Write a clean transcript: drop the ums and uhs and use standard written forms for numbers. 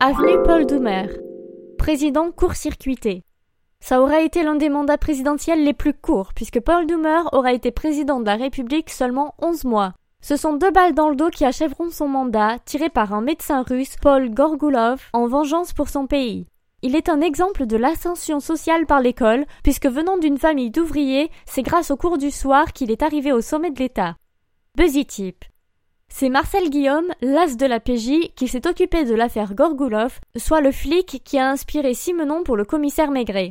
Avenue Paul Doumer. Président court-circuité. Ça aurait été l'un des mandats présidentiels les plus courts, puisque Paul Doumer aura été président de la République seulement 11 mois. Ce sont 2 balles dans le dos qui achèveront son mandat, tiré par un médecin russe, Paul Gorgoulov, en vengeance pour son pays. Il est un exemple de l'ascension sociale par l'école, puisque venant d'une famille d'ouvriers, c'est grâce aux cours du soir qu'il est arrivé au sommet de l'État. Buzzy-type. C'est Marcel Guillaume, l'as de la PJ, qui s'est occupé de l'affaire Gorgoulov, soit le flic qui a inspiré Simenon pour le commissaire Maigret.